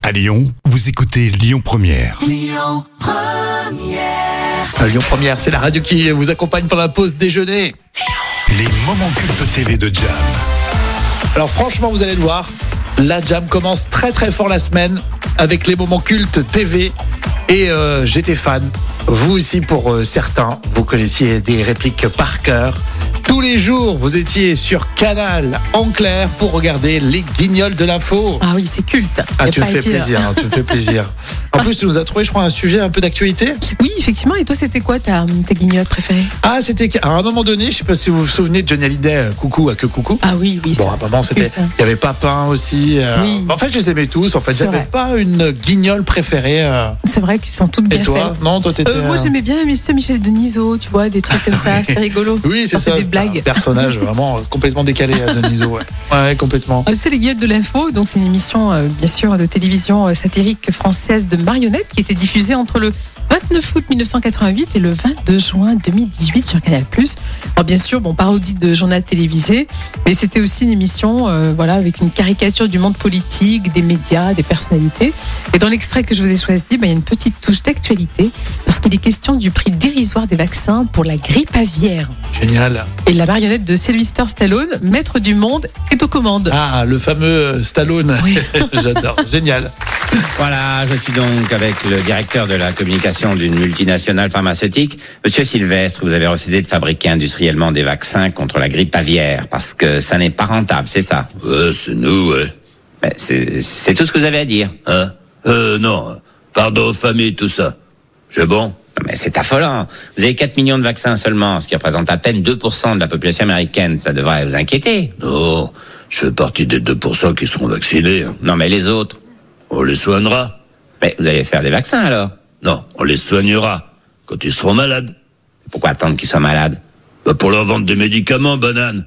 À Lyon, vous écoutez Lyon Première. Lyon Première. Lyon Première, c'est la radio qui vous accompagne pendant la pause déjeuner. Les moments cultes TV de Jam. Alors franchement, vous allez le voir, la Jam commence très très fort la semaine avec les moments cultes TV. Et j'étais fan. Vous aussi, pour certains, vous connaissiez des répliques par cœur. Tous les jours, vous étiez sur Canal en clair pour regarder les Guignols de l'info. Ah oui, c'est culte. Ah, tu me fais plaisir, tu me fais plaisir. En plus, tu nous as trouvé, je crois, un sujet un peu d'actualité. Oui, effectivement. Et toi, c'était quoi ta guignols préférée? Ah, c'était à un moment donné, je sais pas si vous vous souvenez de Johnny Hallyday, Coucou à que coucou. Ah oui, oui. Bon, à un moment, c'était. Il y avait Papin aussi. Oui. En fait, je les aimais tous. En fait, C'est j'avais vrai. pas une guignole préférée. C'est vrai qu'ils sont toutes bien Et toi? faites. Non, toi, t'étais. Moi, j'aimais bien Michel Denisot, tu vois, des trucs comme ça. C'est rigolo. Oui, c'est ça. Des C'est blagues. un personnage vraiment complètement décalé à Denisot. Ouais, complètement. C'est les Guignols de l'info, donc c'est une émission bien sûr de télévision satirique française de marionnettes qui était diffusée entre le 29 août 1988 et le 22 juin 2018 sur Canal+. Alors bien sûr, parodie de journal télévisé, mais c'était aussi une émission avec une caricature du monde politique, des médias, des personnalités. Et dans l'extrait que je vous ai choisi, il y a une petite touche d'actualité parce qu'il est question du prix dérisoire des vaccins pour la grippe aviaire. Génial. Et la marionnette de Sylvester Stallone, maître du monde, est aux commandes. Ah, le fameux Stallone. Oui. J'adore. Génial. Voilà, je suis donc avec le directeur de la communication d'une multinationale pharmaceutique. Monsieur Sylvestre, vous avez refusé de fabriquer industriellement des vaccins contre la grippe aviaire parce que ça n'est pas rentable, c'est ça? Ouais, c'est nous, ouais. Ben, c'est tout ce que vous avez à dire. Hein? Non. Pardon aux familles, tout ça. C'est bon? Non, mais c'est affolant. Vous avez 4 millions de vaccins seulement, ce qui représente à peine 2% de la population américaine. Ça devrait vous inquiéter. Non, je fais partie des 2% qui seront vaccinés. Hein. Non, mais les autres? On les soignera. Mais vous allez faire des vaccins alors? Non, on les soignera quand ils seront malades. Pourquoi attendre qu'ils soient malades? Pour leur vendre des médicaments, banane.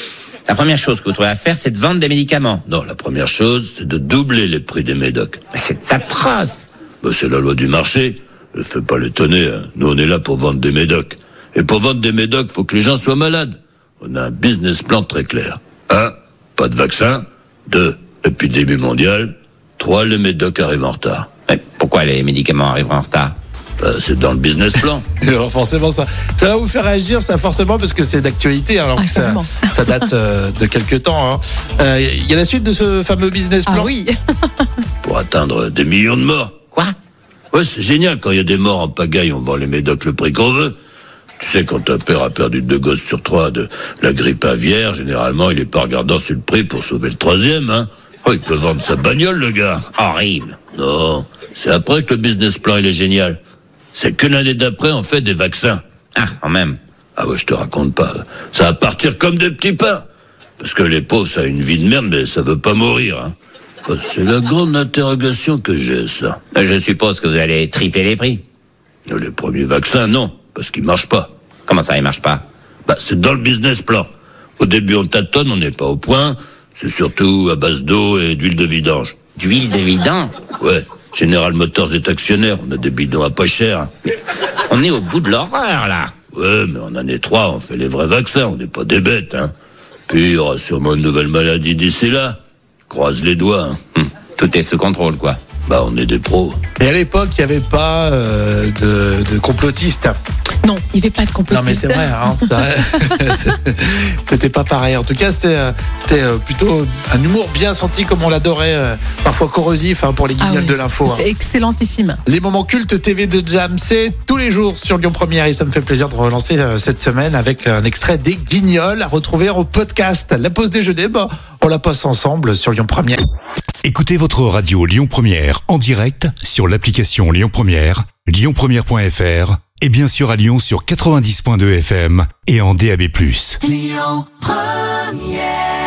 La première chose que vous trouvez à faire, c'est de vendre des médicaments. Non, la première chose, c'est de doubler les prix des médocs. Mais c'est atroce. C'est la loi du marché. Ne fais pas l'étonner. Hein. Nous, on est là pour vendre des médocs. Et pour vendre des médocs, faut que les gens soient malades. On a un business plan très clair. 1, pas de vaccin. 2, épidémie mondiale. 3, les médocs arrivent en retard. Mais pourquoi les médicaments arrivent en retard? C'est dans le business plan. Alors forcément, ça va vous faire réagir, ça forcément, parce que c'est d'actualité, alors que ça date de quelques temps. Il y a la suite de ce fameux business plan. Ah oui. Pour atteindre des millions de morts. Quoi? Ouais, c'est génial, quand il y a des morts en pagaille, on vend les médocs le prix qu'on veut. Tu sais, quand un père a perdu 2 gosses sur 3 de la grippe aviaire, généralement, il est pas regardant sur le prix pour sauver le 3e, hein. Oh, il peut vendre sa bagnole, le gars. Horrible. Non, c'est après que le business plan, il est génial. C'est que l'année d'après, on fait des vaccins. Ah, quand même. Ah ouais, je te raconte pas. Ça va partir comme des petits pains. Parce que les pauvres, ça a une vie de merde, mais ça veut pas mourir, hein. C'est la grande interrogation que j'ai, ça. Je suppose que vous allez tripler les prix. Les premiers vaccins, non, parce qu'ils marchent pas. Comment ça, ils marchent pas? C'est dans le business plan. Au début, on tâtonne, on n'est pas au point. C'est surtout à base d'eau et d'huile de vidange. D'huile de vidange? Ouais, General Motors est actionnaire, on a des bidons à pas cher. On est au bout de l'horreur, là. Ouais, mais en année 3, on fait les vrais vaccins, on n'est pas des bêtes, hein. Puis, il y aura sûrement une nouvelle maladie d'ici là. Croise les doigts, hein. Tout est sous contrôle, quoi. On est des pros. Et à l'époque, il n'y avait pas de complotistes. Non, il n'y avait pas de complotistes. Non, mais c'est vrai, hein, c'était pas pareil. En tout cas, c'était plutôt un humour bien senti, comme on l'adorait, parfois corrosif, pour les Guignols de l'info. C'est excellentissime. Les moments cultes TV de Jam, c'est tous les jours sur Lyon Première, et ça me fait plaisir de relancer cette semaine avec un extrait des Guignols à retrouver en podcast. La pause déjeuner, on la passe ensemble sur Lyon Première. Écoutez votre radio Lyon Première en direct sur l'application Lyon Première, lyonpremière.fr et bien sûr à Lyon sur 90.2 FM et en DAB+. Lyon Première.